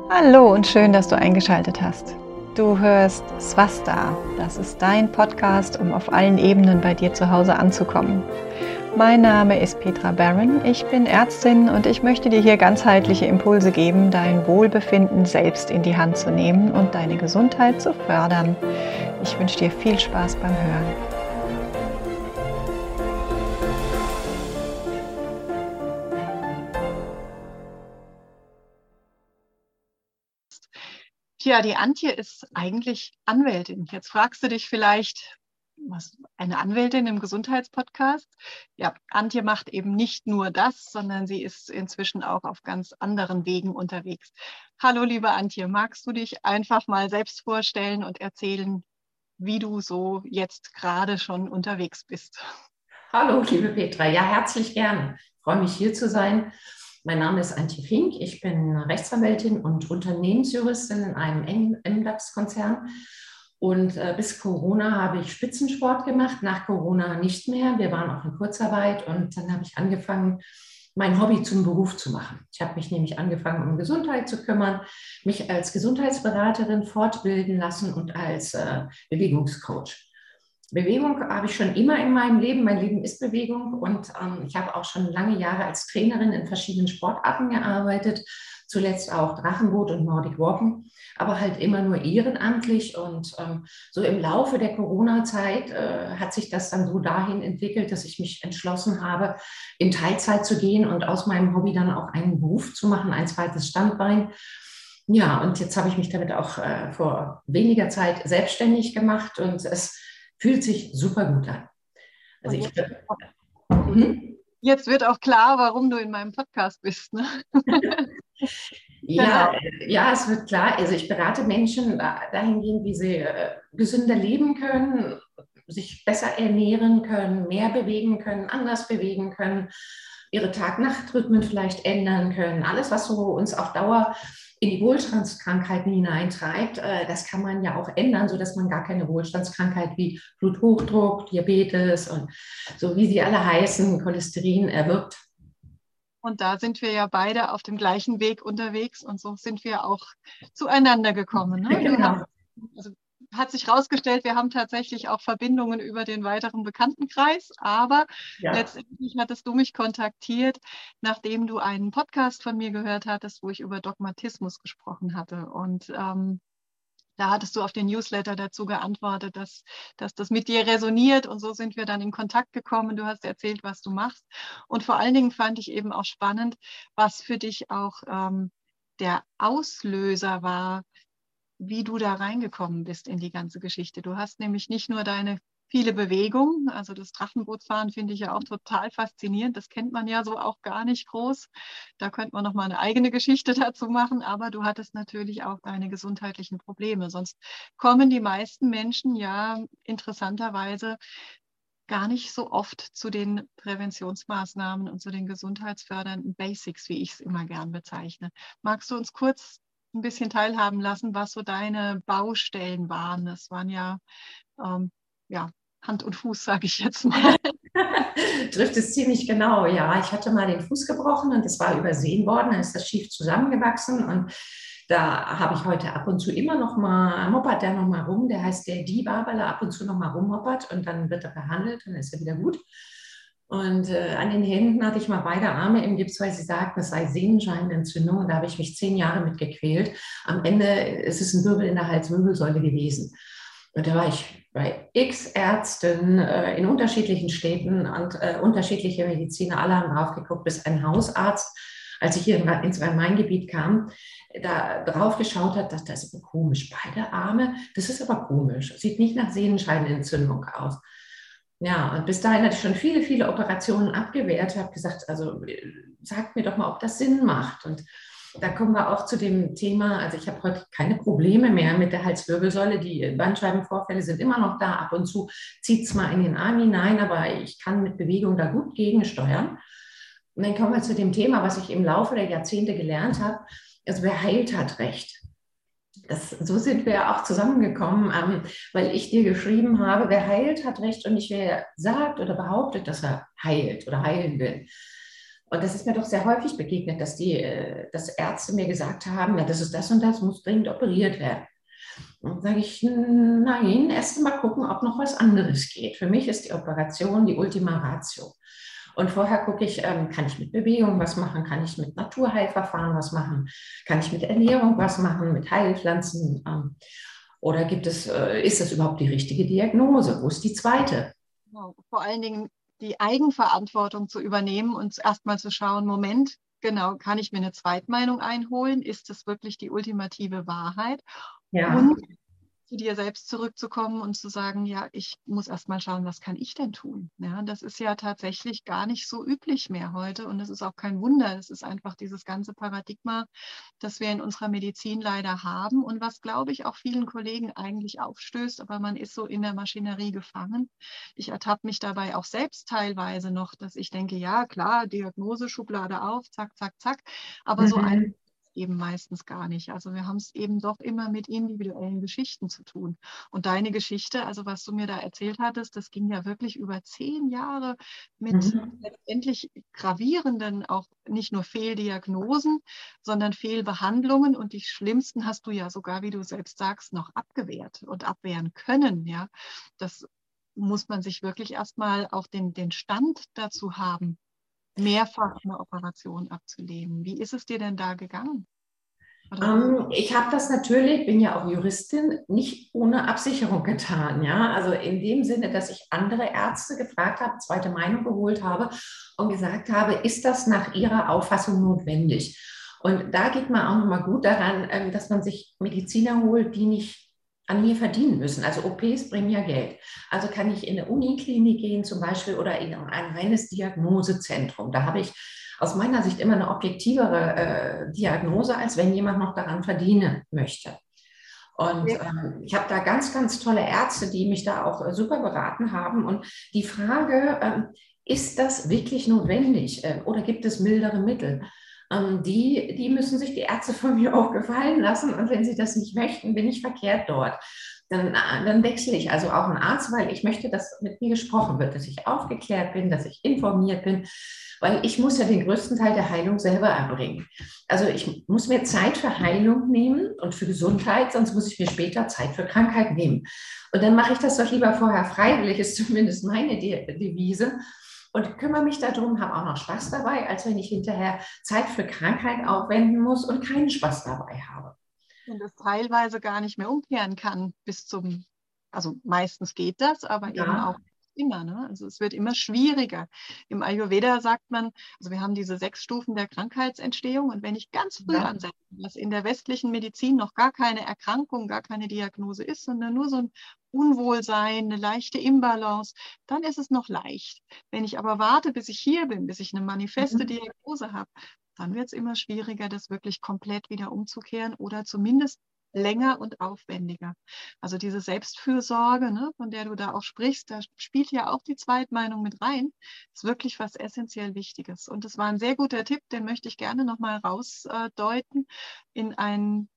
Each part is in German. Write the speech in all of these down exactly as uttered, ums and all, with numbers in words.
Hallo und schön, dass du eingeschaltet hast. Du hörst Swasta. Das ist dein Podcast, um auf allen Ebenen bei dir zu Hause anzukommen. Mein Name ist Petra Barron, ich bin Ärztin und ich möchte dir hier ganzheitliche Impulse geben, dein Wohlbefinden selbst in die Hand zu nehmen und deine Gesundheit zu fördern. Ich wünsche dir viel Spaß beim Hören. Tja, die Antje ist eigentlich Anwältin. Jetzt fragst du dich vielleicht, was eine Anwältin im Gesundheitspodcast? Ja, Antje macht eben nicht nur das, sondern sie ist inzwischen auch auf ganz anderen Wegen unterwegs. Hallo, liebe Antje, magst du dich einfach mal selbst vorstellen und erzählen, wie du so jetzt gerade schon unterwegs bist? Hallo, liebe Petra. Ja, herzlich gerne. Ich freue mich, hier zu sein. Mein Name ist Antje Fink. Ich bin Rechtsanwältin und Unternehmensjuristin in einem M DAX-Konzern. Und äh, bis Corona habe ich Spitzensport gemacht, nach Corona nicht mehr. Wir waren auch in Kurzarbeit und dann habe ich angefangen, mein Hobby zum Beruf zu machen. Ich habe mich nämlich angefangen, um Gesundheit zu kümmern, mich als Gesundheitsberaterin fortbilden lassen und als äh, Bewegungscoach. Bewegung habe ich schon immer in meinem Leben. Mein Leben ist Bewegung und ähm, ich habe auch schon lange Jahre als Trainerin in verschiedenen Sportarten gearbeitet, zuletzt auch Drachenboot und Nordic Walken, aber halt immer nur ehrenamtlich. Und ähm, so im Laufe der Corona-Zeit äh, hat sich das dann so dahin entwickelt, dass ich mich entschlossen habe, in Teilzeit zu gehen und aus meinem Hobby dann auch einen Beruf zu machen, ein zweites Standbein. Ja, und jetzt habe ich mich damit auch äh, vor weniger Zeit selbstständig gemacht und es fühlt sich super gut an. Also Und ich, jetzt, mhm. jetzt wird auch klar, warum du in meinem Podcast bist, ne? Ja, Genau. ja, es wird klar. Also ich berate Menschen dahingehend, wie sie äh, gesünder leben können, sich besser ernähren können, mehr bewegen können, anders bewegen können, ihre Tag-Nacht-Rhythmen vielleicht ändern können. Alles, was so uns auf Dauer in die Wohlstandskrankheiten hineintreibt, äh, das kann man ja auch ändern, sodass man gar keine Wohlstandskrankheit wie Bluthochdruck, Diabetes und so wie sie alle heißen, Cholesterin erwirbt. Und da sind wir ja beide auf dem gleichen Weg unterwegs und so sind wir auch zueinander gekommen. Ne? Du hast, Genau. also hat sich herausgestellt, wir haben tatsächlich auch Verbindungen über den weiteren Bekanntenkreis, aber Ja. letztendlich hattest du mich kontaktiert, nachdem du einen Podcast von mir gehört hattest, wo ich über Dogmatismus gesprochen hatte. Und ähm, da hattest du auf den Newsletter dazu geantwortet, dass, dass das mit dir resoniert und so sind wir dann in Kontakt gekommen. Du hast erzählt, was du machst und vor allen Dingen fand ich eben auch spannend, was für dich auch ähm, der Auslöser war, wie du da reingekommen bist in die ganze Geschichte. Du hast nämlich nicht nur deine viele Bewegung, also das Drachenbootfahren finde ich ja auch total faszinierend. Das kennt man ja so auch gar nicht groß. Da könnte man noch mal eine eigene Geschichte dazu machen, aber du hattest natürlich auch deine gesundheitlichen Probleme. Sonst kommen die meisten Menschen ja interessanterweise gar nicht so oft zu den Präventionsmaßnahmen und zu den gesundheitsfördernden Basics, wie ich es immer gern bezeichne. Magst du uns kurz ein bisschen teilhaben lassen, was so deine Baustellen waren? Das waren ja, ähm, ja Hand und Fuß, sage ich jetzt mal. Trifft es ziemlich genau. Ja, ich hatte mal den Fuß gebrochen und es war übersehen worden, dann ist das schief zusammengewachsen und da habe ich heute ab und zu immer noch mal, moppert der noch mal rum, der heißt der Diva, weil er ab und zu noch mal rummoppert und dann wird er behandelt und dann ist er wieder gut. Und äh, an den Händen hatte ich mal beide Arme im Gips, weil sie sagten, es sei Sehnenscheinentzündung und da habe ich mich zehn Jahre mit gequält. Am Ende ist es ein Wirbel in der Halswirbelsäule gewesen. Und da war ich bei x Ärzten äh, in unterschiedlichen Städten und äh, unterschiedliche Mediziner, alle haben drauf geguckt, bis ein Hausarzt, als ich hier ins Rhein-Main-Gebiet kam, da drauf geschaut hat, dass das ist aber komisch. Beide Arme, das ist aber komisch. Sieht nicht nach Sehnenscheinentzündung aus. Ja, und bis dahin hatte ich schon viele, viele Operationen abgewehrt, habe gesagt, also sagt mir doch mal, ob das Sinn macht. Und da kommen wir auch zu dem Thema, also ich habe heute keine Probleme mehr mit der Halswirbelsäule, die Bandscheibenvorfälle sind immer noch da, ab und zu zieht es mal in den Arm hinein, aber ich kann mit Bewegung da gut gegensteuern. Und dann kommen wir zu dem Thema, was ich im Laufe der Jahrzehnte gelernt habe, also wer heilt, hat Recht. Das, so sind wir auch zusammengekommen, ähm, weil ich dir geschrieben habe, wer heilt, hat Recht und nicht wer sagt oder behauptet, dass er heilt oder heilen will. Und das ist mir doch sehr häufig begegnet, dass die, äh, dass Ärzte mir gesagt haben, ja, das ist das und das, muss dringend operiert werden. Und sage ich, nein, erst mal gucken, ob noch was anderes geht. Für mich ist die Operation die Ultima Ratio. Und vorher gucke ich, ähm, kann ich mit Bewegung was machen, kann ich mit Naturheilverfahren was machen, kann ich mit Ernährung was machen, mit Heilpflanzen, ähm, oder gibt es, äh, ist das überhaupt die richtige Diagnose? Wo ist die zweite? Genau. Vor allen Dingen die Eigenverantwortung zu übernehmen und erstmal zu schauen, Moment, genau, kann ich mir eine Zweitmeinung einholen? Ist das wirklich die ultimative Wahrheit? Ja. Und zu dir selbst zurückzukommen und zu sagen, ja, ich muss erst mal schauen, was kann ich denn tun? Ja, das ist ja tatsächlich gar nicht so üblich mehr heute und das ist auch kein Wunder. Es ist einfach dieses ganze Paradigma, das wir in unserer Medizin leider haben und was, glaube ich, auch vielen Kollegen eigentlich aufstößt, aber man ist so in der Maschinerie gefangen. Ich ertappe mich dabei auch selbst teilweise noch, dass ich denke, ja, klar, Diagnose, Schublade auf, zack, zack, zack, aber so ein Mhm. eben meistens gar nicht. Also wir haben es eben doch immer mit individuellen Geschichten zu tun. Und deine Geschichte, also was du mir da erzählt hattest, das ging ja wirklich über zehn Jahre mit Mhm. letztendlich gravierenden, auch nicht nur Fehldiagnosen, sondern Fehlbehandlungen. Und die schlimmsten hast du ja sogar, wie du selbst sagst, noch abgewehrt und abwehren können. Ja, das muss man sich wirklich erstmal auch den, den Stand dazu haben, mehrfach eine Operation abzulehnen. Wie ist es dir denn da gegangen? Oder Ähm, ich habe das natürlich, bin ja auch Juristin, nicht ohne Absicherung getan. Ja? Also in dem Sinne, dass ich andere Ärzte gefragt habe, zweite Meinung geholt habe und gesagt habe, ist das nach Ihrer Auffassung notwendig? Und da geht man auch nochmal gut daran, ähm, dass man sich Mediziner holt, die nicht an mir verdienen müssen. Also O Ps bringen ja Geld. Also kann ich in eine Uniklinik gehen zum Beispiel oder in ein reines Diagnosezentrum. Da habe ich aus meiner Sicht immer eine objektivere äh, Diagnose, als wenn jemand noch daran verdienen möchte. Und ähm, ich habe da ganz, ganz tolle Ärzte, die mich da auch äh, super beraten haben. Und die Frage, ähm, ist das wirklich notwendig äh, oder gibt es mildere Mittel? Ähm, die, die müssen sich die Ärzte von mir auch gefallen lassen. Und wenn sie das nicht möchten, bin ich verkehrt dort. Dann, äh, dann wechsle ich also auch einen Arzt, weil ich möchte, dass mit mir gesprochen wird, dass ich aufgeklärt bin, dass ich informiert bin, weil ich muss ja den größten Teil der Heilung selber erbringen. Also ich muss mir Zeit für Heilung nehmen und für Gesundheit, sonst muss ich mir später Zeit für Krankheit nehmen. Und dann mache ich das doch lieber vorher freiwillig, ist zumindest meine Devise. Und kümmere mich darum, habe auch noch Spaß dabei, als wenn ich hinterher Zeit für Krankheit aufwenden muss und keinen Spaß dabei habe. und es teilweise gar nicht mehr umkehren kann bis zum, also meistens geht das, aber eben Ja, auch immer. Ne? Also es wird immer schwieriger. Im Ayurveda sagt man, also wir haben diese sechs Stufen der Krankheitsentstehung und wenn ich ganz früh ja. ansetze, was in der westlichen Medizin noch gar keine Erkrankung, gar keine Diagnose ist, sondern nur so ein Unwohlsein, eine leichte Imbalance, dann ist es noch leicht. Wenn ich aber warte, bis ich hier bin, bis ich eine manifeste Mhm. Diagnose habe, dann wird es immer schwieriger, das wirklich komplett wieder umzukehren oder zumindest länger und aufwendiger. Also diese Selbstfürsorge, ne, von der du da auch sprichst, da spielt ja auch die Zweitmeinung mit rein, ist wirklich was essentiell Wichtiges. Und es war ein sehr guter Tipp, den möchte ich gerne nochmal rausdeuten, in ein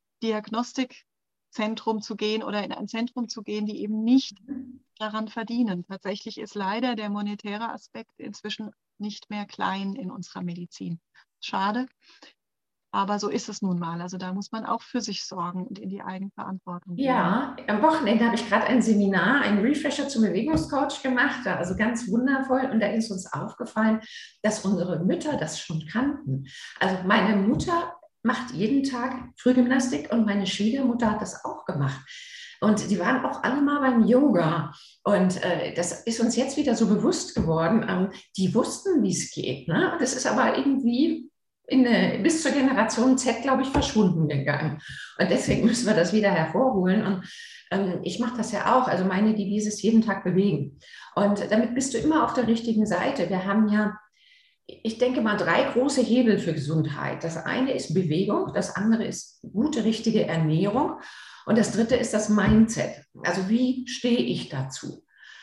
Diagnostikzentrum zu gehen oder in ein Zentrum zu gehen, die eben nicht daran verdienen. Tatsächlich ist leider der monetäre Aspekt inzwischen nicht mehr klein in unserer Medizin. Schade, aber so ist es nun mal. Also da muss man auch für sich sorgen und in die Eigenverantwortung gehen. Ne? Ja, am Wochenende habe ich gerade ein Seminar, einen Refresher zum Bewegungscoach gemacht, also ganz wundervoll. Und da ist uns aufgefallen, dass unsere Mütter das schon kannten. Also meine Mutter macht jeden Tag Frühgymnastik und meine Schwiegermutter hat das auch gemacht. Und die waren auch alle mal beim Yoga. Und äh, das ist uns jetzt wieder so bewusst geworden. Ähm, die wussten, wie es geht. Ne? Und das ist aber irgendwie in eine, bis zur Generation Z, glaube ich, verschwunden gegangen. Und deswegen müssen wir das wieder hervorholen. Und ähm, ich mache das ja auch. Also meine Devise ist jeden Tag bewegen. Und damit bist du immer auf der richtigen Seite. Wir haben ja, ich denke mal, drei große Hebel für Gesundheit. Das eine ist Bewegung, das andere ist gute, richtige Ernährung und das dritte ist das Mindset. Also wie stehe ich dazu?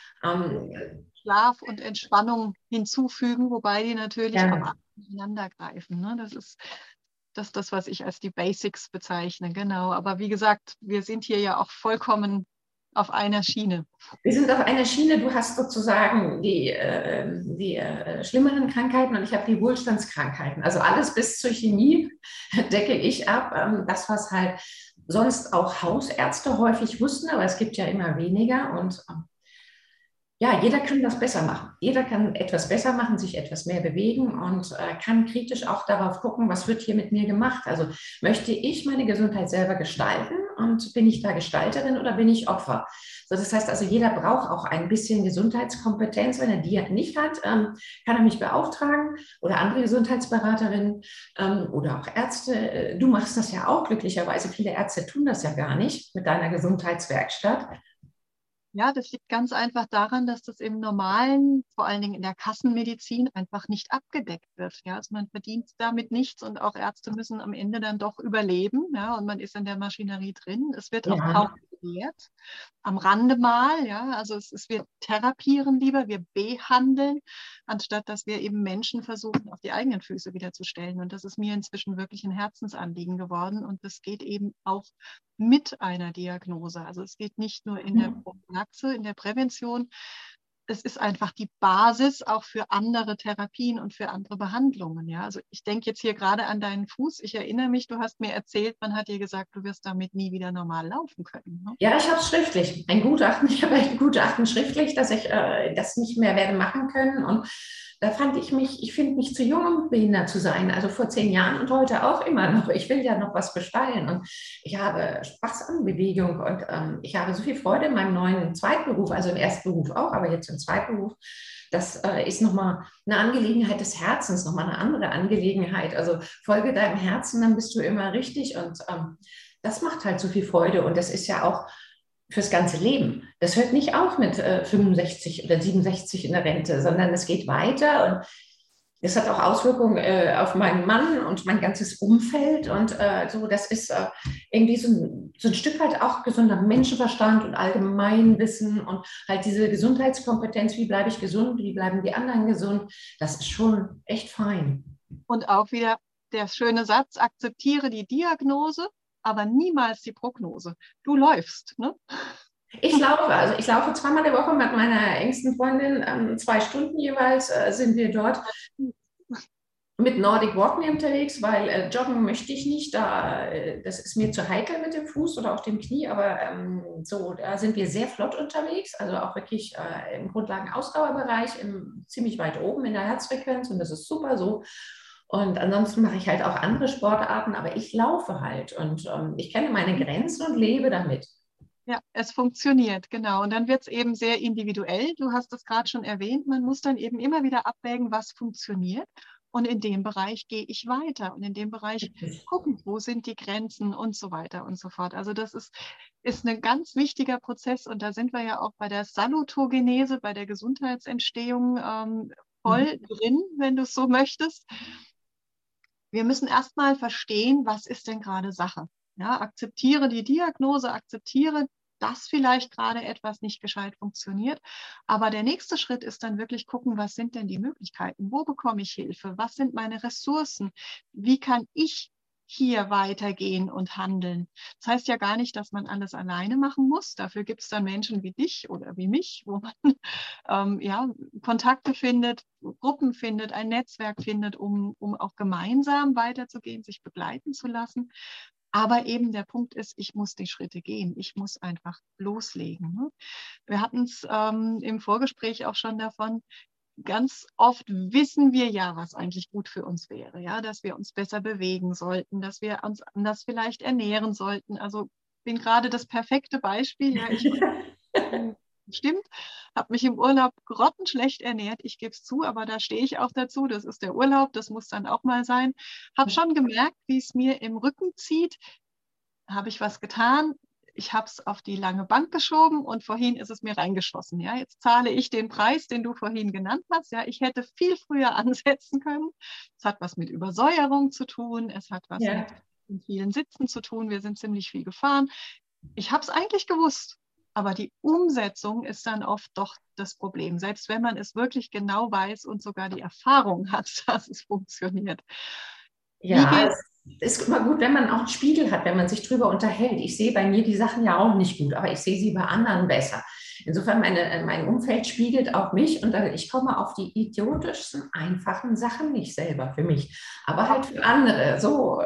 Ähm, Schlaf und Entspannung hinzufügen, wobei die natürlich auch ja. ineinander greifen. Ne? Das ist das, das, was ich als die Basics bezeichne. Genau. Aber wie gesagt, wir sind hier ja auch vollkommen auf einer Schiene. Wir sind auf einer Schiene. Du hast sozusagen die, äh, die äh, schlimmeren Krankheiten und ich habe die Wohlstandskrankheiten. Also alles bis zur Chemie decke ich ab. Ähm, das, was halt sonst auch Hausärzte häufig wussten, aber es gibt ja immer weniger. Und ähm, ja, jeder kann das besser machen. Jeder kann etwas besser machen, sich etwas mehr bewegen und äh, kann kritisch auch darauf gucken, was wird hier mit mir gemacht. Also möchte ich meine Gesundheit selber gestalten und bin ich da Gestalterin oder bin ich Opfer? So, das heißt also, jeder braucht auch ein bisschen Gesundheitskompetenz. Wenn er die nicht hat, ähm, kann er mich beauftragen oder andere Gesundheitsberaterinnen ähm, oder auch Ärzte. Du machst das ja auch glücklicherweise. Viele Ärzte tun das ja gar nicht mit deiner Gesundheitswerkstatt. Ja, das liegt ganz einfach daran, dass das im normalen, vor allen Dingen in der Kassenmedizin, einfach nicht abgedeckt wird. Ja, also man verdient damit nichts und auch Ärzte müssen am Ende dann doch überleben. Ja, und man ist in der Maschinerie drin. Es wird auch kaum Ja. gelehrt. Am Rande mal, ja, also es ist, wir therapieren lieber, wir behandeln, anstatt dass wir eben Menschen versuchen, auf die eigenen Füße wieder zu stellen. Und das ist mir inzwischen wirklich ein Herzensanliegen geworden. Und das geht eben auch mit einer Diagnose. Also es geht nicht nur in der Prophylaxe, in der Prävention. Es ist einfach die Basis auch für andere Therapien und für andere Behandlungen. Ja, also ich denke jetzt hier gerade an deinen Fuß. Ich erinnere mich, du hast mir erzählt, man hat dir gesagt, du wirst damit nie wieder normal laufen können. Ne? Ja, ich habe es schriftlich. Ein Gutachten. Ich habe ein Gutachten schriftlich, dass ich äh, das nicht mehr werde machen können. Und da fand ich mich, ich finde mich zu jung, um behindert zu sein. Also vor zehn Jahren und heute auch immer noch. Ich will ja noch was gestalten und ich habe Spaß an Bewegung und ähm, ich habe so viel Freude in meinem neuen Zweitberuf, also im ersten Beruf auch, aber jetzt im Zweitberuf. Das äh, ist nochmal eine Angelegenheit des Herzens, nochmal eine andere Angelegenheit. Also folge deinem Herzen, dann bist du immer richtig und ähm, das macht halt so viel Freude und das ist ja auch fürs ganze Leben. Das hört nicht auf mit äh, fünfundsechzig oder siebenundsechzig in der Rente, sondern es geht weiter und es hat auch Auswirkungen äh, auf meinen Mann und mein ganzes Umfeld und äh, so, das ist äh, irgendwie so ein, so ein Stück halt auch gesunder Menschenverstand und Allgemeinwissen und halt diese Gesundheitskompetenz, wie bleibe ich gesund, wie bleiben die anderen gesund, das ist schon echt fein. Und auch wieder der schöne Satz, akzeptiere die Diagnose, aber niemals die Prognose. Du läufst, ne? Ich laufe, also ich laufe zweimal die Woche mit meiner engsten Freundin, ähm, zwei Stunden jeweils äh, sind wir dort mit Nordic Walking unterwegs, weil äh, joggen möchte ich nicht, da, äh, das ist mir zu heikel mit dem Fuß oder auf dem Knie, aber ähm, so, da sind wir sehr flott unterwegs, also auch wirklich äh, im Grundlagenausdauerbereich, im, ziemlich weit oben in der Herzfrequenz und das ist super so. Und ansonsten mache ich halt auch andere Sportarten, aber ich laufe halt und ähm, ich kenne meine Grenzen und lebe damit. Ja, es funktioniert, genau. Und dann wird es eben sehr individuell. Du hast es gerade schon erwähnt, man muss dann eben immer wieder abwägen, was funktioniert. Und in dem Bereich gehe ich weiter und in dem Bereich gucken, wo sind die Grenzen und so weiter und so fort. Also das ist, ist ein ganz wichtiger Prozess und da sind wir ja auch bei der Salutogenese, bei der Gesundheitsentstehung ähm, voll drin, wenn du es so möchtest. Wir müssen erstmal verstehen, was ist denn gerade Sache. Ja, akzeptiere die Diagnose, akzeptiere, dass vielleicht gerade etwas nicht gescheit funktioniert. Aber der nächste Schritt ist dann wirklich gucken, was sind denn die Möglichkeiten? Wo bekomme ich Hilfe? Was sind meine Ressourcen? Wie kann ich hier weitergehen und handeln? Das heißt ja gar nicht, dass man alles alleine machen muss. Dafür gibt es dann Menschen wie dich oder wie mich, wo man ähm, ja, Kontakte findet, Gruppen findet, ein Netzwerk findet, um, um auch gemeinsam weiterzugehen, sich begleiten zu lassen. Aber eben der Punkt ist, ich muss die Schritte gehen. Ich muss einfach loslegen. Ne? Wir hatten es ähm, im Vorgespräch auch schon davon, ganz oft wissen wir ja, was eigentlich gut für uns wäre. Ja? Dass wir uns besser bewegen sollten, dass wir uns anders vielleicht ernähren sollten. Also ich bin gerade das perfekte Beispiel. Ja, ich stimmt, habe mich im Urlaub grottenschlecht ernährt, ich gebe es zu, aber da stehe ich auch dazu, das ist der Urlaub, das muss dann auch mal sein. Habe schon gemerkt, wie es mir im Rücken zieht, habe ich was getan, ich habe es auf die lange Bank geschoben und vorhin ist es mir reingeschossen. Ja? Jetzt zahle ich den Preis, den du vorhin genannt hast. Ja? Ich hätte viel früher ansetzen können. Es hat was mit Übersäuerung zu tun, es hat was Ja. mit vielen Sitzen zu tun, wir sind ziemlich viel gefahren. Ich habe es eigentlich gewusst. Aber die Umsetzung ist dann oft doch das Problem, selbst wenn man es wirklich genau weiß und sogar die Erfahrung hat, dass es funktioniert. Wie Ja, geht es, ist immer gut, wenn man auch einen Spiegel hat, wenn man sich drüber unterhält. Ich sehe bei mir die Sachen ja auch nicht gut, aber ich sehe sie bei anderen besser. Insofern, meine, mein Umfeld spiegelt auch mich und ich komme auf die idiotischsten, einfachen Sachen nicht selber für mich, aber halt für andere. So.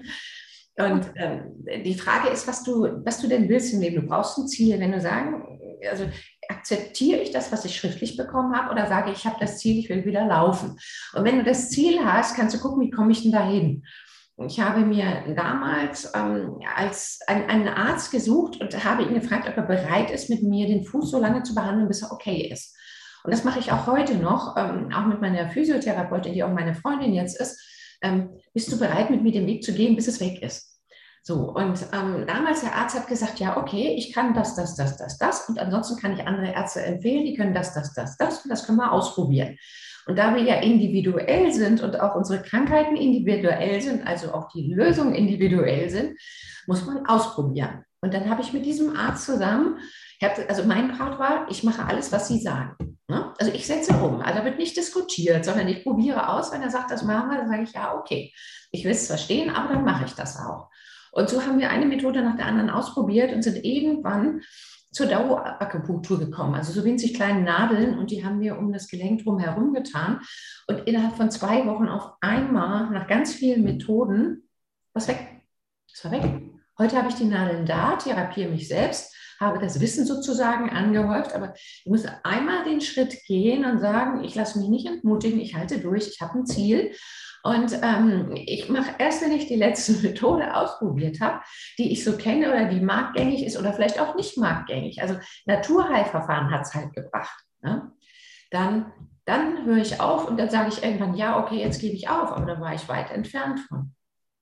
Und ähm, die Frage ist, was du, was du denn willst im Leben. Du brauchst ein Ziel. Wenn du sagen, also akzeptiere ich das, was ich schriftlich bekommen habe, oder sage ich, ich habe das Ziel, ich will wieder laufen. Und wenn du das Ziel hast, kannst du gucken, wie komme ich denn dahin? Ich habe mir damals ähm, als ein, einen Arzt gesucht und habe ihn gefragt, ob er bereit ist, mit mir den Fuß so lange zu behandeln, bis er okay ist. Und das mache ich auch heute noch, ähm, auch mit meiner Physiotherapeutin, die auch meine Freundin jetzt ist. Ähm, bist du bereit, mit mir den Weg zu gehen, bis es weg ist? So, und ähm, damals der Arzt hat gesagt, ja, okay, ich kann das, das, das, das, das und ansonsten kann ich andere Ärzte empfehlen, die können das, das, das, das und das können wir ausprobieren. Und da wir ja individuell sind und auch unsere Krankheiten individuell sind, also auch die Lösungen individuell sind, muss man ausprobieren. Und dann habe ich mit diesem Arzt zusammen, ich hab, also mein Part war, ich mache alles, was Sie sagen. Ne? Also ich setze um, also da wird nicht diskutiert, sondern ich probiere aus, wenn er sagt, das machen wir, dann sage ich, ja, okay, ich will es verstehen, aber dann mache ich das auch. Und so haben wir eine Methode nach der anderen ausprobiert und sind irgendwann zur Dauerakupunktur gekommen, also so winzig kleine Nadeln und die haben wir um das Gelenk drum herum getan und innerhalb von zwei Wochen auf einmal nach ganz vielen Methoden was weg. Das war weg. Heute habe ich die Nadeln da, therapiere mich selbst, habe das Wissen sozusagen angehäuft, aber ich muss einmal den Schritt gehen und sagen, ich lasse mich nicht entmutigen, ich halte durch, ich habe ein Ziel. Und ähm, ich mache erst, wenn ich die letzte Methode ausprobiert habe, die ich so kenne oder die marktgängig ist oder vielleicht auch nicht marktgängig. Also Naturheilverfahren hat es halt gebracht. Ne? Dann, dann höre ich auf und dann sage ich irgendwann, ja, okay, jetzt gebe ich auf. Aber da war ich weit entfernt von.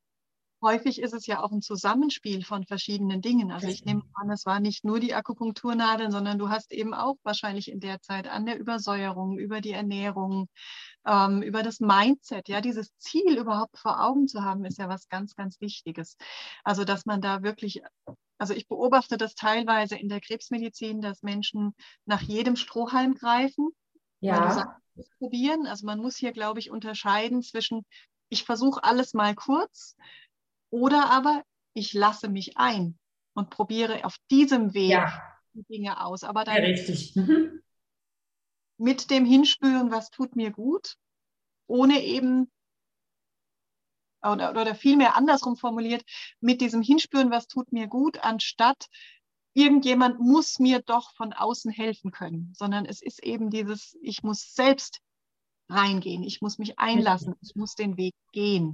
Häufig ist es ja auch ein Zusammenspiel von verschiedenen Dingen. Also ich nehme an, es war nicht nur die Akupunkturnadeln, sondern du hast eben auch wahrscheinlich in der Zeit an der Übersäuerung, über die Ernährung, ähm, über das Mindset, ja, dieses Ziel überhaupt vor Augen zu haben, ist ja was ganz, ganz Wichtiges. Also dass man da wirklich, also ich beobachte das teilweise in der Krebsmedizin, dass Menschen nach jedem Strohhalm greifen, weil du sagst, Ja, probieren. Also man muss hier, glaube ich, unterscheiden zwischen, ich versuche alles mal kurz, oder aber ich lasse mich ein und probiere auf diesem Weg ja, die Dinge aus. Aber sehr dann richtig. Mhm. mit dem Hinspüren, was tut mir gut, ohne eben, oder, oder vielmehr andersrum formuliert, mit diesem Hinspüren, was tut mir gut, anstatt irgendjemand muss mir doch von außen helfen können, sondern es ist eben dieses, ich muss selbst reingehen, ich muss mich einlassen, ich muss den Weg gehen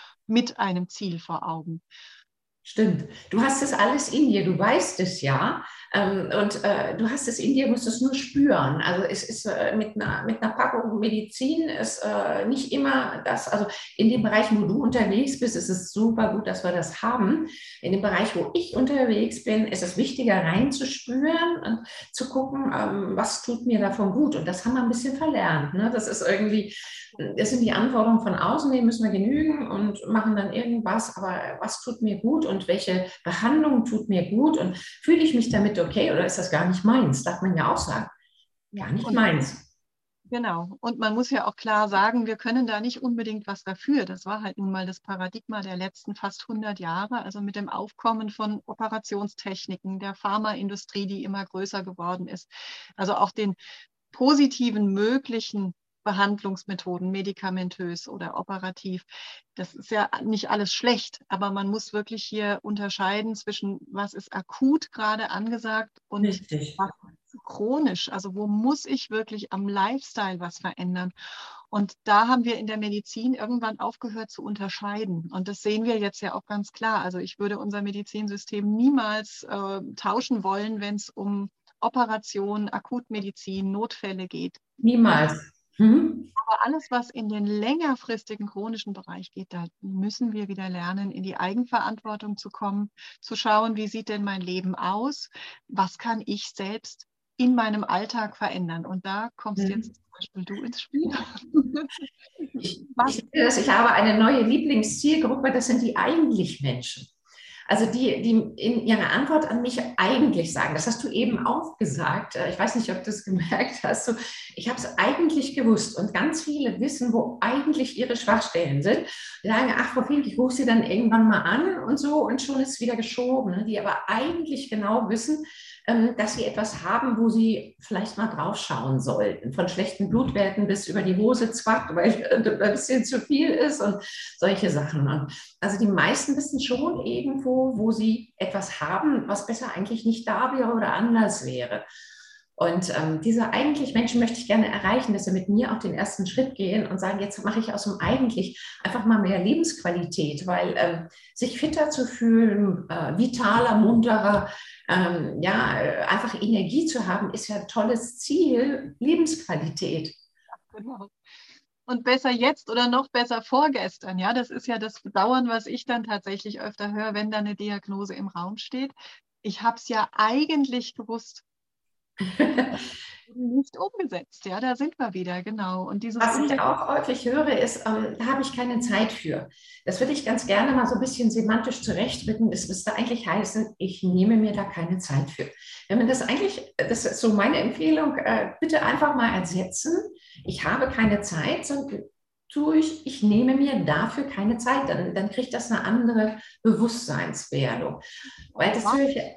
mit einem Ziel vor Augen. Stimmt. Du hast es alles in dir, du weißt es ja. Ähm, und äh, du hast es in dir, musst es nur spüren. Also es ist äh, mit, einer, mit einer Packung Medizin ist äh, nicht immer das, also in dem Bereich, wo du unterwegs bist, ist es super gut, dass wir das haben. In dem Bereich, wo ich unterwegs bin, ist es wichtiger reinzuspüren und zu gucken, ähm, was tut mir davon gut. Und das haben wir ein bisschen verlernt. Ne? Das ist irgendwie, das sind die Anforderungen von außen, denen müssen wir genügen und machen dann irgendwas, aber was tut mir gut und welche Behandlung tut mir gut und fühle ich mich damit okay oder ist das gar nicht meins? Darf man ja auch sagen. Ja, Gar nicht und meins. genau. Und man muss ja auch klar sagen, wir können da nicht unbedingt was dafür. Das war halt nun mal das Paradigma der letzten fast hundert Jahre. Also mit dem Aufkommen von Operationstechniken, der Pharmaindustrie, die immer größer geworden ist. Also auch den positiven möglichen Behandlungsmethoden, medikamentös oder operativ. Das ist ja nicht alles schlecht, aber man muss wirklich hier unterscheiden zwischen, was ist akut gerade angesagt und Richtig. was ist chronisch. Also wo muss ich wirklich am Lifestyle was verändern? Und da haben wir in der Medizin irgendwann aufgehört zu unterscheiden. Und das sehen wir jetzt ja auch ganz klar. Also ich würde unser Medizinsystem niemals äh, tauschen wollen, wenn es um Operationen, Akutmedizin, Notfälle geht. Ja, Niemals. Hm? aber alles, was in den längerfristigen chronischen Bereich geht, da müssen wir wieder lernen, in die Eigenverantwortung zu kommen, zu schauen, wie sieht denn mein Leben aus? Was kann ich selbst in meinem Alltag verändern? Und da kommst Hm. jetzt zum Beispiel du ins Spiel. Ich, Was? ich, ich habe eine neue Lieblingszielgruppe, das sind die eigentlich Menschen. Also die, die in ihrer Antwort an mich eigentlich sagen, das hast du eben auch gesagt, ich weiß nicht, ob du es gemerkt hast, so, ich habe es eigentlich gewusst und ganz viele wissen, wo eigentlich ihre Schwachstellen sind. Die sagen, ach, Frau Fink, ich rufe sie dann irgendwann mal an und so und schon ist es wieder geschoben. Die aber eigentlich genau wissen, dass sie etwas haben, wo sie vielleicht mal drauf schauen sollten. Von schlechten Blutwerten bis über die Hose zwackt, weil ein bisschen zu viel ist und solche Sachen. Und also die meisten wissen schon irgendwo, wo sie etwas haben, was besser eigentlich nicht da wäre oder anders wäre. Und ähm, diese eigentlich Menschen möchte ich gerne erreichen, dass sie mit mir auch den ersten Schritt gehen und sagen, jetzt mache ich aus dem eigentlich einfach mal mehr Lebensqualität, weil ähm, sich fitter zu fühlen, äh, vitaler, munterer, ähm, ja, äh, einfach Energie zu haben, ist ja ein tolles Ziel, Lebensqualität. Genau. Und besser jetzt oder noch besser vorgestern. Ja, das ist ja das Bedauern, was ich dann tatsächlich öfter höre, wenn da eine Diagnose im Raum steht. Ich habe es ja eigentlich gewusst. Nicht umgesetzt, ja, da sind wir wieder, genau. Und dieses Was ich Umsetzen. auch häufig höre, ist, ähm, da habe ich keine Zeit für. Das würde ich ganz gerne mal so ein bisschen semantisch zurechtrücken. Das müsste eigentlich heißen, ich nehme mir da keine Zeit für. Wenn man das eigentlich, das ist so meine Empfehlung, äh, bitte einfach mal ersetzen. Ich habe keine Zeit, sondern tue ich, ich nehme mir dafür keine Zeit. Dann, dann kriegt das eine andere Bewusstseinswerdung. Weil das höre ich.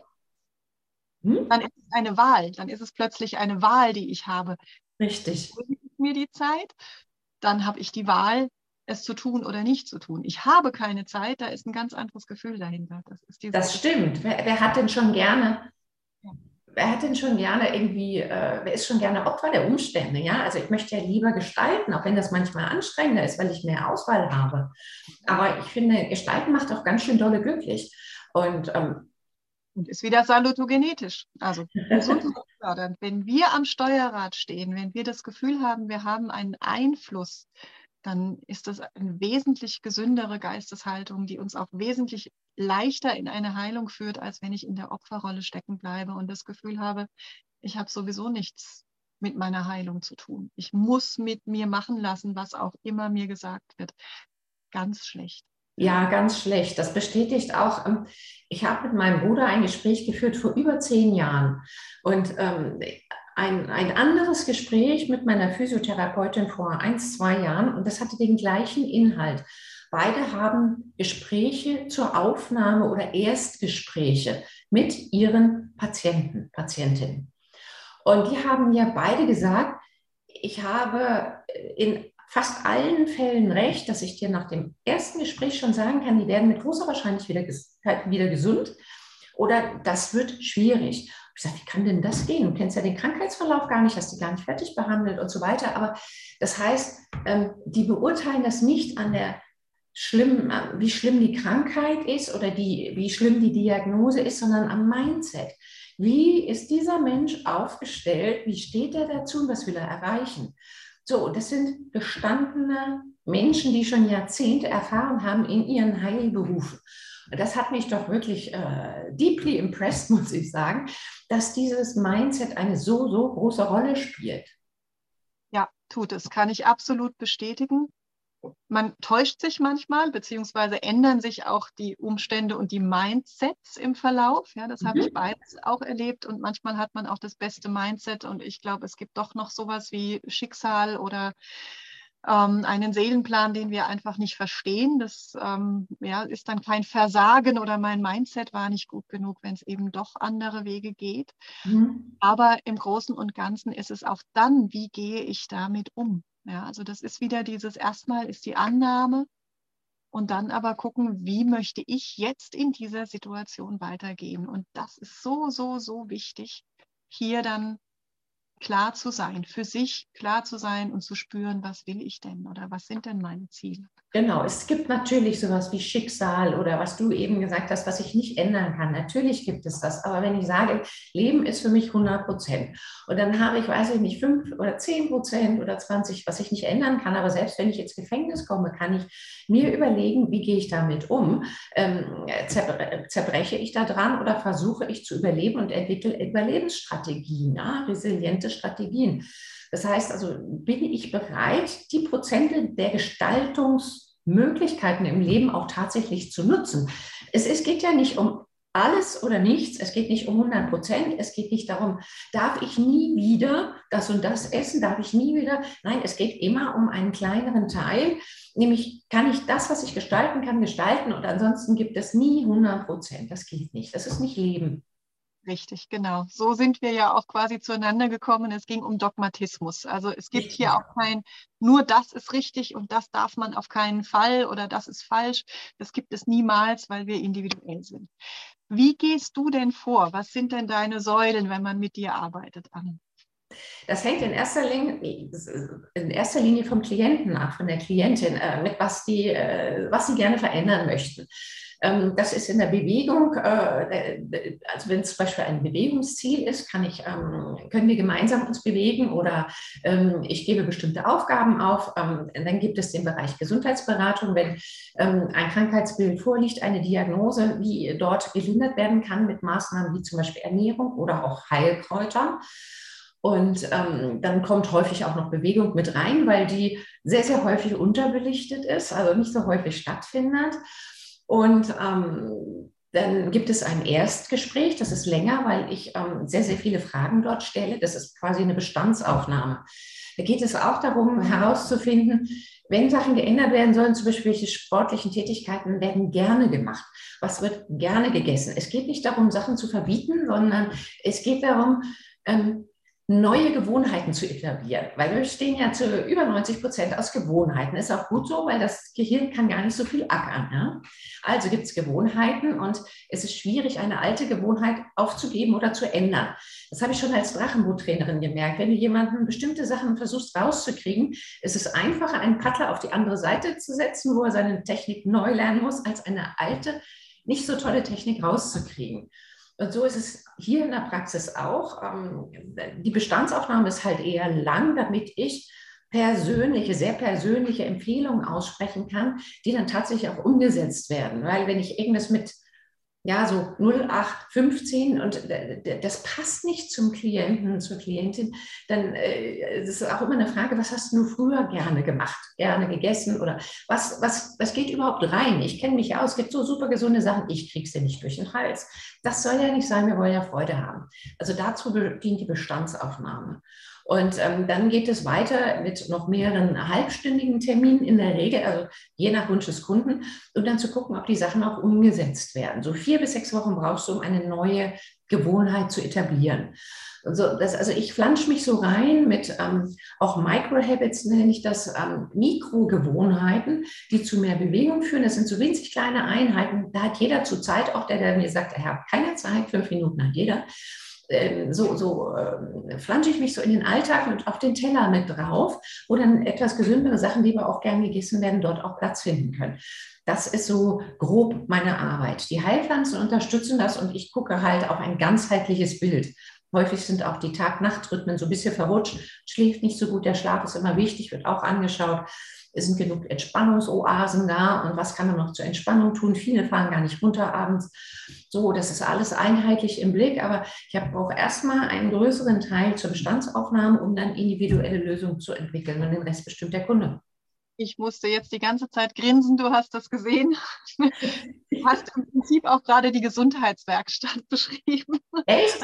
Hm? Dann ist es eine Wahl, dann ist es plötzlich eine Wahl, die ich habe. Richtig. Nehme ich mir die Zeit, dann habe ich die Wahl, es zu tun oder nicht zu tun. Ich habe keine Zeit, da ist ein ganz anderes Gefühl dahinter. Das ist dieses Das stimmt. Wer, wer hat denn schon gerne, ja. wer hat denn schon gerne irgendwie, äh, wer ist schon gerne Opfer der Umstände? Ja, also ich möchte ja lieber gestalten, auch wenn das manchmal anstrengender ist, weil ich mehr Auswahl habe. Aber ich finde, gestalten macht auch ganz schön dolle glücklich. Und ähm, Und ist wieder salutogenetisch, also gesundheitsfördernd. Wenn wir am Steuerrad stehen, wenn wir das Gefühl haben, wir haben einen Einfluss, dann ist das eine wesentlich gesündere Geisteshaltung, die uns auch wesentlich leichter in eine Heilung führt, als wenn ich in der Opferrolle stecken bleibe und das Gefühl habe, ich habe sowieso nichts mit meiner Heilung zu tun. Ich muss mit mir machen lassen, was auch immer mir gesagt wird. Ganz schlecht. Ja, ganz schlecht. Das bestätigt auch, ähm, ich habe mit meinem Bruder ein Gespräch geführt vor über zehn Jahren. Und ähm, ein, ein anderes Gespräch mit meiner Physiotherapeutin vor ein, zwei Jahren. Und das hatte den gleichen Inhalt. Beide haben Gespräche zur Aufnahme oder Erstgespräche mit ihren Patienten, Patientinnen. Und die haben mir beide gesagt, ich habe in fast allen Fällen recht, dass ich dir nach dem ersten Gespräch schon sagen kann, die werden mit großer Wahrscheinlichkeit wieder, wieder gesund oder das wird schwierig. Ich sage, wie kann denn das gehen? Du kennst ja den Krankheitsverlauf gar nicht, hast die gar nicht fertig behandelt und so weiter. Aber das heißt, die beurteilen das nicht an der schlimm, wie schlimm die Krankheit ist oder die, wie schlimm die Diagnose ist, sondern am Mindset. Wie ist dieser Mensch aufgestellt? Wie steht er dazu und was will er erreichen? So, das sind gestandene Menschen, die schon Jahrzehnte Erfahrung haben in ihren Heilberufen. Das hat mich doch wirklich äh, deeply impressed, muss ich sagen, dass dieses Mindset eine so, so große Rolle spielt. Ja, tut es. Kann ich absolut bestätigen. Man täuscht sich manchmal, beziehungsweise ändern sich auch die Umstände und die Mindsets im Verlauf. Ja, das mhm. habe ich beides auch erlebt und manchmal hat man auch das beste Mindset und ich glaube, es gibt doch noch sowas wie Schicksal oder ähm, einen Seelenplan, den wir einfach nicht verstehen. Das ähm, ja, ist dann kein Versagen oder mein Mindset war nicht gut genug, wenn es eben doch andere Wege geht. Mhm. Aber im Großen und Ganzen ist es auch dann, wie gehe ich damit um? Ja, also das ist wieder dieses, erstmal ist die Annahme und dann aber gucken, wie möchte ich jetzt in dieser Situation weitergehen. Und das ist so, so, so wichtig, hier dann klar zu sein, für sich klar zu sein und zu spüren, was will ich denn oder was sind denn meine Ziele. Genau, es gibt natürlich sowas wie Schicksal oder was du eben gesagt hast, was ich nicht ändern kann. Natürlich gibt es das, aber wenn ich sage, Leben ist für mich hundert Prozent und dann habe ich, weiß ich nicht, fünf oder zehn Prozent oder zwanzig, was ich nicht ändern kann, aber selbst wenn ich ins Gefängnis komme, kann ich mir überlegen, wie gehe ich damit um? Ähm, zerbreche ich da dran oder versuche ich zu überleben und entwickle Überlebensstrategien, ja, resiliente Strategien. Das heißt also, bin ich bereit, die Prozente der Gestaltungs Möglichkeiten im Leben auch tatsächlich zu nutzen. Es, es geht ja nicht um alles oder nichts, es geht nicht um hundert Prozent, es geht nicht darum, darf ich nie wieder das und das essen, darf ich nie wieder, nein, es geht immer um einen kleineren Teil, nämlich kann ich das, was ich gestalten kann, gestalten und ansonsten gibt es nie hundert Prozent, das geht nicht, das ist nicht Leben. Richtig, genau. So sind wir ja auch quasi zueinander gekommen. Es ging um Dogmatismus. Also es gibt hier auch kein, nur das ist richtig und das darf man auf keinen Fall oder das ist falsch. Das gibt es niemals, weil wir individuell sind. Wie gehst du denn vor? Was sind denn deine Säulen, wenn man mit dir arbeitet, Anne? Das hängt in erster Linie, in erster Linie vom Klienten ab, von der Klientin, äh, mit was die, äh, was sie gerne verändern möchten. Ähm, das ist in der Bewegung, äh, also wenn es zum Beispiel ein Bewegungsziel ist, kann ich, ähm, können wir gemeinsam uns bewegen oder ähm, ich gebe bestimmte Aufgaben auf. Ähm, dann gibt es den Bereich Gesundheitsberatung, wenn ähm, ein Krankheitsbild vorliegt, eine Diagnose, wie dort gelindert werden kann mit Maßnahmen wie zum Beispiel Ernährung oder auch Heilkräutern. Und ähm, dann kommt häufig auch noch Bewegung mit rein, weil die sehr, sehr häufig unterbelichtet ist, also nicht so häufig stattfindet. Und ähm, dann gibt es ein Erstgespräch, das ist länger, weil ich ähm, sehr, sehr viele Fragen dort stelle. Das ist quasi eine Bestandsaufnahme. Da geht es auch darum, herauszufinden, wenn Sachen geändert werden sollen, zum Beispiel welche sportlichen Tätigkeiten werden gerne gemacht. Was wird gerne gegessen? Es geht nicht darum, Sachen zu verbieten, sondern es geht darum, ähm, neue Gewohnheiten zu etablieren, weil wir stehen ja zu über neunzig Prozent aus Gewohnheiten. Ist auch gut so, weil das Gehirn kann gar nicht so viel ackern. Ja? Also gibt es Gewohnheiten und es ist schwierig, eine alte Gewohnheit aufzugeben oder zu ändern. Das habe ich schon als Drachenboottrainerin gemerkt. Wenn du jemanden bestimmte Sachen versuchst rauszukriegen, ist es einfacher, einen Paddler auf die andere Seite zu setzen, wo er seine Technik neu lernen muss, als eine alte, nicht so tolle Technik rauszukriegen. Und so ist es hier in der Praxis auch. Die Bestandsaufnahme ist halt eher lang, damit ich persönliche, sehr persönliche Empfehlungen aussprechen kann, die dann tatsächlich auch umgesetzt werden. Weil wenn ich irgendwas mit ja, so null acht fünfzehn und das passt nicht zum Klienten, zur Klientin, dann äh, das ist auch immer eine Frage, was hast du früher gerne gemacht, gerne gegessen oder was, was, was geht überhaupt rein? Ich kenne mich aus, es gibt so super gesunde Sachen, ich kriege sie nicht durch den Hals. Das soll ja nicht sein, wir wollen ja Freude haben. Also dazu dient die Bestandsaufnahme. Und ähm, dann geht es weiter mit noch mehreren halbstündigen Terminen in der Regel, also je nach Wunsch des Kunden, und dann zu gucken, ob die Sachen auch umgesetzt werden. So vier bis sechs Wochen brauchst du, um eine neue Gewohnheit zu etablieren. Und so, das, also ich flansche mich so rein mit ähm, auch Microhabits, nenne ich das, ähm, Mikrogewohnheiten, die zu mehr Bewegung führen. Das sind so winzig kleine Einheiten. Da hat jeder zur Zeit, auch der, der mir sagt, er hat keine Zeit, fünf Minuten hat jeder. So, so äh, flansche ich mich so in den Alltag und auf den Teller mit drauf, wo dann etwas gesündere Sachen, die aber auch gern gegessen werden, dort auch Platz finden können. Das ist so grob meine Arbeit. Die Heilpflanzen unterstützen das und ich gucke halt auf ein ganzheitliches Bild. Häufig sind auch die Tag-Nacht-Rhythmen so ein bisschen verrutscht, schläft nicht so gut, der Schlaf ist immer wichtig, wird auch angeschaut. Es sind genug Entspannungsoasen da und was kann man noch zur Entspannung tun? Viele fahren gar nicht runter abends. So, das ist alles einheitlich im Blick, aber ich habe auch erstmal einen größeren Teil zur Bestandsaufnahme, um dann individuelle Lösungen zu entwickeln und den Rest bestimmt der Kunde. Ich musste jetzt die ganze Zeit grinsen, du hast das gesehen. Du hast im Prinzip auch gerade die Gesundheitswerkstatt beschrieben. Echt?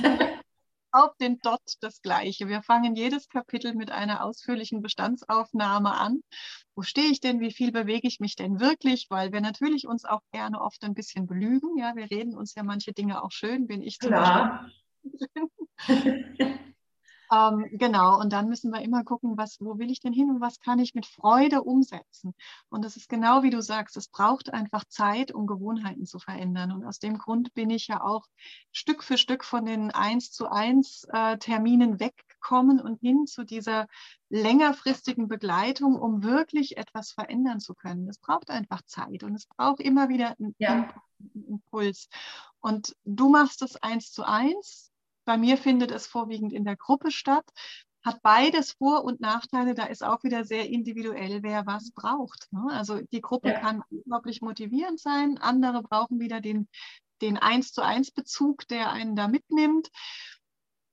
Auf den Dot das Gleiche. Wir fangen jedes Kapitel mit einer ausführlichen Bestandsaufnahme an. Wo stehe ich denn? Wie viel bewege ich mich denn wirklich? Weil wir natürlich uns auch gerne oft ein bisschen belügen. Ja, wir reden uns ja manche Dinge auch schön, bin ich zum Klar. Beispiel. Ähm, genau, und dann müssen wir immer gucken, was, wo will ich denn hin und was kann ich mit Freude umsetzen. Und das ist genau wie du sagst, es braucht einfach Zeit, um Gewohnheiten zu verändern. Und aus dem Grund bin ich ja auch Stück für Stück von den eins zu eins äh, Terminen weggekommen und hin zu dieser längerfristigen Begleitung, um wirklich etwas verändern zu können. Es braucht einfach Zeit und es braucht immer wieder einen Ja. Impuls. Und du machst es eins zu eins. Bei mir findet es vorwiegend in der Gruppe statt. Hat beides Vor- und Nachteile. Da ist auch wieder sehr individuell, wer was braucht. Ne? Also die Gruppe Ja. kann unglaublich motivierend sein. Andere brauchen wieder den, den eins zu eins Bezug, der einen da mitnimmt.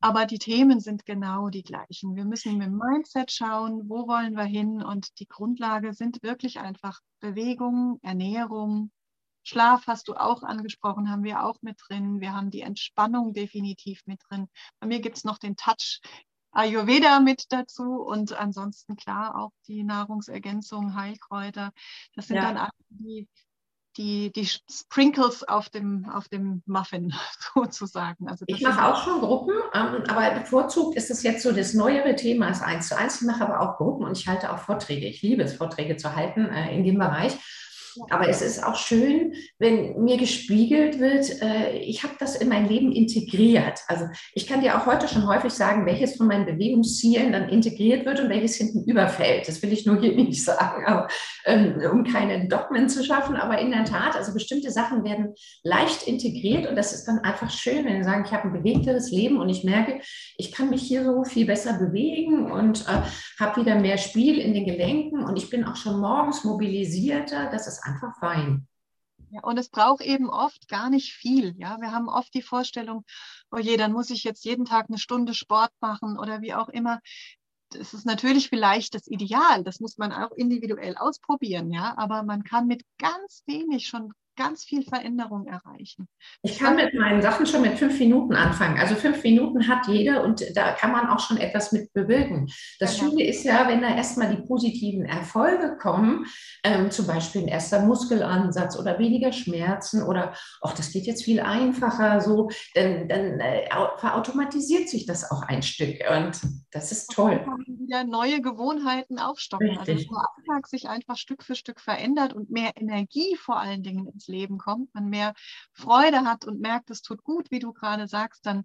Aber die Themen sind genau die gleichen. Wir müssen mit dem Mindset schauen, wo wollen wir hin? Und die Grundlage sind wirklich einfach Bewegung, Ernährung, Schlaf hast du auch angesprochen, haben wir auch mit drin. Wir haben die Entspannung definitiv mit drin. Bei mir gibt es noch den Touch Ayurveda mit dazu und ansonsten klar auch die Nahrungsergänzung, Heilkräuter. Das sind Ja. dann die, die, die Sprinkles auf dem, auf dem Muffin sozusagen. Also das Ich mache auch schon Gruppen, ähm, aber bevorzugt ist es jetzt so das neuere Thema, ist eins zu eins. Ich mache aber auch Gruppen und ich halte auch Vorträge. Ich liebe es, Vorträge zu halten äh, in dem Bereich. Aber es ist auch schön, wenn mir gespiegelt wird, äh, ich habe das in mein Leben integriert. Also ich kann dir auch heute schon häufig sagen, welches von meinen Bewegungszielen dann integriert wird und welches hinten überfällt. Das will ich nur hier nicht sagen, aber, ähm, um keine Dogmen zu schaffen. Aber in der Tat, also bestimmte Sachen werden leicht integriert und das ist dann einfach schön, wenn wir sagen, ich habe ein bewegteres Leben und ich merke, ich kann mich hier so viel besser bewegen und äh, habe wieder mehr Spiel in den Gelenken und ich bin auch schon morgens mobilisierter. Das ist einfach fein. Ja, und es braucht eben oft gar nicht viel. Ja, wir haben oft die Vorstellung, oh je, dann muss ich jetzt jeden Tag eine Stunde Sport machen oder wie auch immer. Das ist natürlich vielleicht das Ideal. Das muss man auch individuell ausprobieren. Ja, aber man kann mit ganz wenig schon ganz viel Veränderung erreichen. Ich kann mit meinen Sachen schon mit fünf Minuten anfangen. Also fünf Minuten hat jeder und da kann man auch schon etwas mit bewirken. Das Genau. Schöne ist ja, wenn da erstmal die positiven Erfolge kommen, ähm, zum Beispiel ein erster Muskelansatz oder weniger Schmerzen oder auch das geht jetzt viel einfacher, so, dann, dann äh, verautomatisiert sich das auch ein Stück und das ist toll. Dann kann man wieder neue Gewohnheiten aufstocken. Richtig. Also wenn der Alltag sich einfach Stück für Stück verändert und mehr Energie vor allen Dingen ins Leben kommt, man mehr Freude hat und merkt, es tut gut, wie du gerade sagst, dann,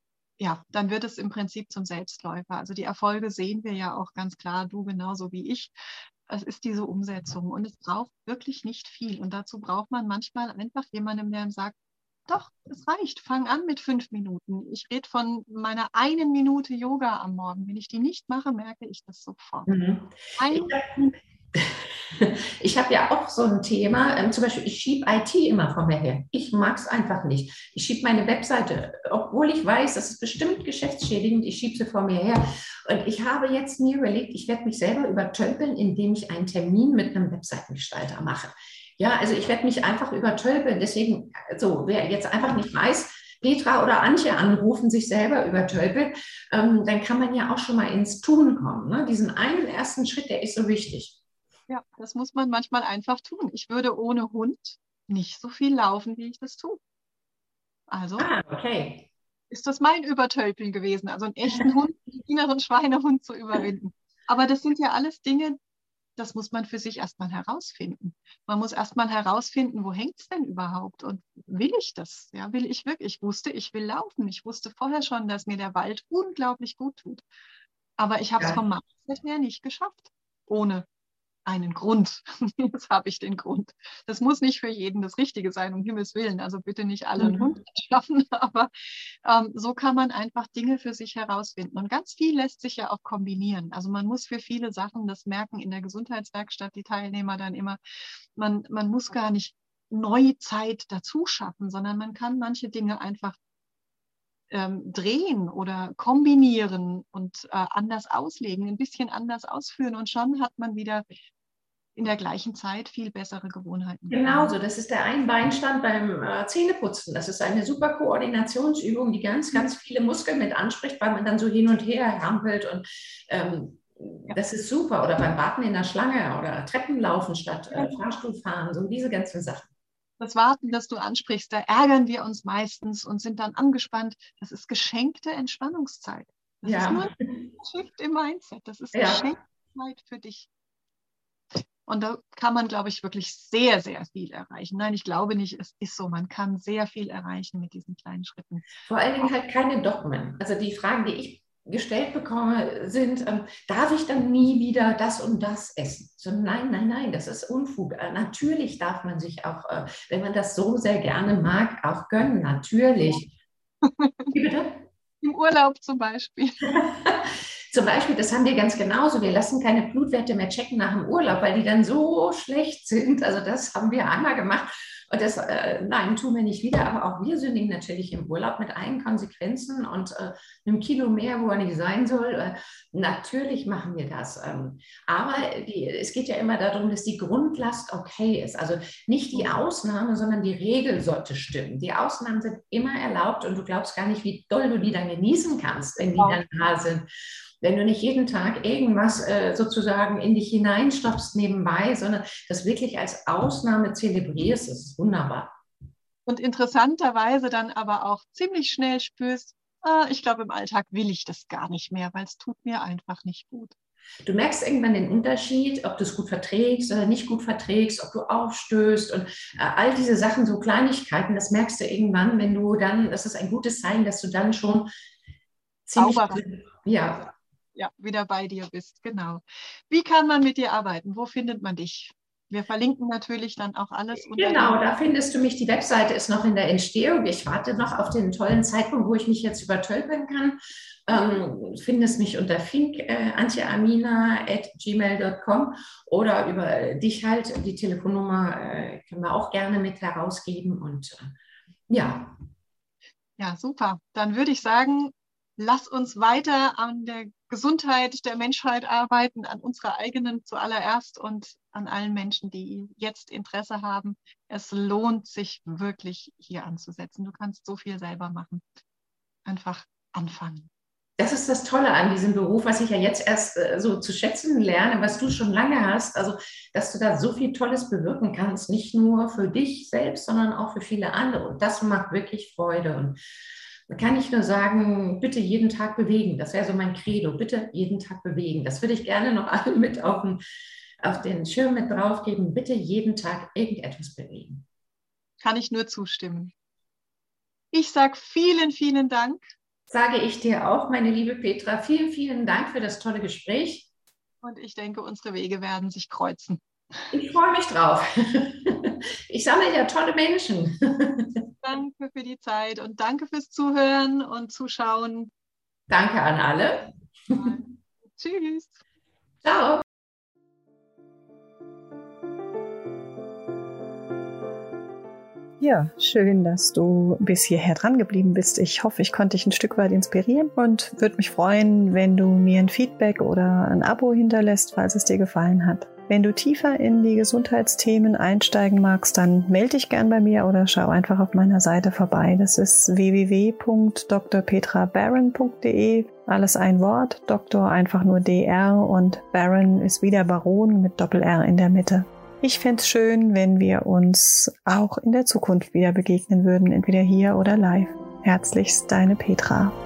ja, dann wird es im Prinzip zum Selbstläufer. Also die Erfolge sehen wir ja auch ganz klar, du genauso wie ich. Es ist diese Umsetzung und es braucht wirklich nicht viel. Und dazu braucht man manchmal einfach jemanden, der ihm sagt, doch, es reicht. Fang an mit fünf Minuten. Ich rede von meiner einen Minute Yoga am Morgen. Wenn ich die nicht mache, merke ich das sofort. Mhm. Ein Ich habe ja auch so ein Thema, ähm, zum Beispiel, ich schiebe I T immer von mir her. Ich mag es einfach nicht. Ich schiebe meine Webseite, obwohl ich weiß, das ist bestimmt geschäftsschädigend, ich schiebe sie vor mir her. Und ich habe jetzt mir überlegt, ich werde mich selber übertölpeln, indem ich einen Termin mit einem Webseitengestalter mache. Ja, also ich werde mich einfach übertölpeln. Deswegen, so, wer jetzt einfach nicht weiß, Petra oder Antje anrufen, sich selber übertölpelt, ähm, dann kann man ja auch schon mal ins Tun kommen. Ne? Diesen einen ersten Schritt, der ist so wichtig. Ja, das muss man manchmal einfach tun. Ich würde ohne Hund nicht so viel laufen, wie ich das tue. Also Ah, okay. ist das mein Übertölpeln gewesen, also einen echten Hund, einen inneren Schweinehund zu überwinden. Aber das sind ja alles Dinge, das muss man für sich erstmal herausfinden. Man muss erstmal herausfinden, wo hängt es denn überhaupt und will ich das? Ja, will ich wirklich? Ich wusste, ich will laufen. Ich wusste vorher schon, dass mir der Wald unglaublich gut tut. Aber ich habe es Ja. vom Mindset her nicht geschafft. Ohne einen Grund. Jetzt habe ich den Grund. Das muss nicht für jeden das Richtige sein, um Himmels Willen. Also bitte nicht alle einen Hund schaffen, aber ähm, so kann man einfach Dinge für sich herausfinden. Und ganz viel lässt sich ja auch kombinieren. Also man muss für viele Sachen, das merken in der Gesundheitswerkstatt die Teilnehmer dann immer, man, man muss gar nicht neue Zeit dazu schaffen, sondern man kann manche Dinge einfach ähm, drehen oder kombinieren und äh, anders auslegen, ein bisschen anders ausführen und schon hat man wieder in der gleichen Zeit viel bessere Gewohnheiten. Genauso, das ist der Einbeinstand beim äh, Zähneputzen. Das ist eine super Koordinationsübung, die ganz, ganz viele Muskeln mit anspricht, weil man dann so hin und her hampelt und ähm, ja. Das ist super. Oder beim Warten in der Schlange oder Treppenlaufen statt äh, Fahrstuhlfahren, so diese ganzen Sachen. Das Warten, das du ansprichst, da ärgern wir uns meistens und sind dann angespannt. Das ist geschenkte Entspannungszeit. Das ja. ist nur ein Shift im Mindset. Das ist ja. geschenkte Zeit für dich. Und da kann man, glaube ich, wirklich sehr, sehr viel erreichen. Nein, ich glaube nicht, es ist so. Man kann sehr viel erreichen mit diesen kleinen Schritten. Vor allen Dingen halt keine Dogmen. Also die Fragen, die ich gestellt bekomme, sind, ähm, darf ich dann nie wieder das und das essen? So, nein, nein, nein, das ist Unfug. Äh, natürlich darf man sich auch, äh, wenn man das so sehr gerne mag, auch gönnen. Natürlich. Wie bitte? Im Urlaub zum Beispiel. Zum Beispiel, das haben wir ganz genauso. Wir lassen keine Blutwerte mehr checken nach dem Urlaub, weil die dann so schlecht sind. Also das haben wir einmal gemacht. Und das, äh, nein, tun wir nicht wieder, aber auch wir sündigen natürlich im Urlaub mit allen Konsequenzen und äh, einem Kilo mehr, wo er nicht sein soll. Äh, natürlich machen wir das. Ähm, aber die, es geht ja immer darum, dass die Grundlast okay ist. Also nicht die Ausnahme, sondern die Regel sollte stimmen. Die Ausnahmen sind immer erlaubt und du glaubst gar nicht, wie doll du die dann genießen kannst, wenn die dann da sind. Wenn du nicht jeden Tag irgendwas äh, sozusagen in dich hineinstopfst nebenbei, sondern das wirklich als Ausnahme zelebrierst, das ist wunderbar. Und interessanterweise dann aber auch ziemlich schnell spürst, ah, ich glaube, im Alltag will ich das gar nicht mehr, weil es tut mir einfach nicht gut. Du merkst irgendwann den Unterschied, ob du es gut verträgst oder nicht gut verträgst, ob du aufstößt und äh, all diese Sachen, so Kleinigkeiten, das merkst du irgendwann, wenn du dann, das ist ein gutes Zeichen, dass du dann schon ziemlich, ja, ja, wieder bei dir bist, genau. Wie kann man mit dir arbeiten? Wo findet man dich? Wir verlinken natürlich dann auch alles. Genau, da findest du mich. Die Webseite ist noch in der Entstehung. Ich warte noch auf den tollen Zeitpunkt, wo ich mich jetzt übertölpeln kann. Ähm, findest mich unter fink, äh, antje amina at gmail dot com oder über dich halt. Die Telefonnummer äh, können wir auch gerne mit herausgeben. Und äh, ja. Ja, super. Dann würde ich sagen, lass uns weiter an der Gesundheit der Menschheit arbeiten, an unserer eigenen zuallererst und an allen Menschen, die jetzt Interesse haben. Es lohnt sich wirklich, hier anzusetzen. Du kannst so viel selber machen. Einfach anfangen. Das ist das Tolle an diesem Beruf, was ich ja jetzt erst äh, so zu schätzen lerne, was du schon lange hast, also dass du da so viel Tolles bewirken kannst, nicht nur für dich selbst, sondern auch für viele andere. Und das macht wirklich Freude. Und da kann ich nur sagen, bitte jeden Tag bewegen. Das wäre so mein Credo, bitte jeden Tag bewegen. Das würde ich gerne noch alle mit auf den, auf den Schirm mit draufgeben. Bitte jeden Tag irgendetwas bewegen. Kann ich nur zustimmen. Ich sage vielen, vielen Dank. Sage ich dir auch, meine liebe Petra. Vielen, vielen Dank für das tolle Gespräch. Und ich denke, unsere Wege werden sich kreuzen. Ich freue mich drauf. Ich sammle ja tolle Menschen. Danke für die Zeit und danke fürs Zuhören und Zuschauen. Danke an alle. Tschüss. Ciao. Ja, schön, dass du bis hierher dran geblieben bist. Ich hoffe, ich konnte dich ein Stück weit inspirieren und würde mich freuen, wenn du mir ein Feedback oder ein Abo hinterlässt, falls es dir gefallen hat. Wenn du tiefer in die Gesundheitsthemen einsteigen magst, dann melde dich gern bei mir oder schau einfach auf meiner Seite vorbei. Das ist w w w punkt d r petra baron punkt d e. Alles ein Wort, Doktor einfach nur D R und Baron ist wieder Baron mit Doppel-R in der Mitte. Ich fände es schön, wenn wir uns auch in der Zukunft wieder begegnen würden, entweder hier oder live. Herzlichst, deine Petra.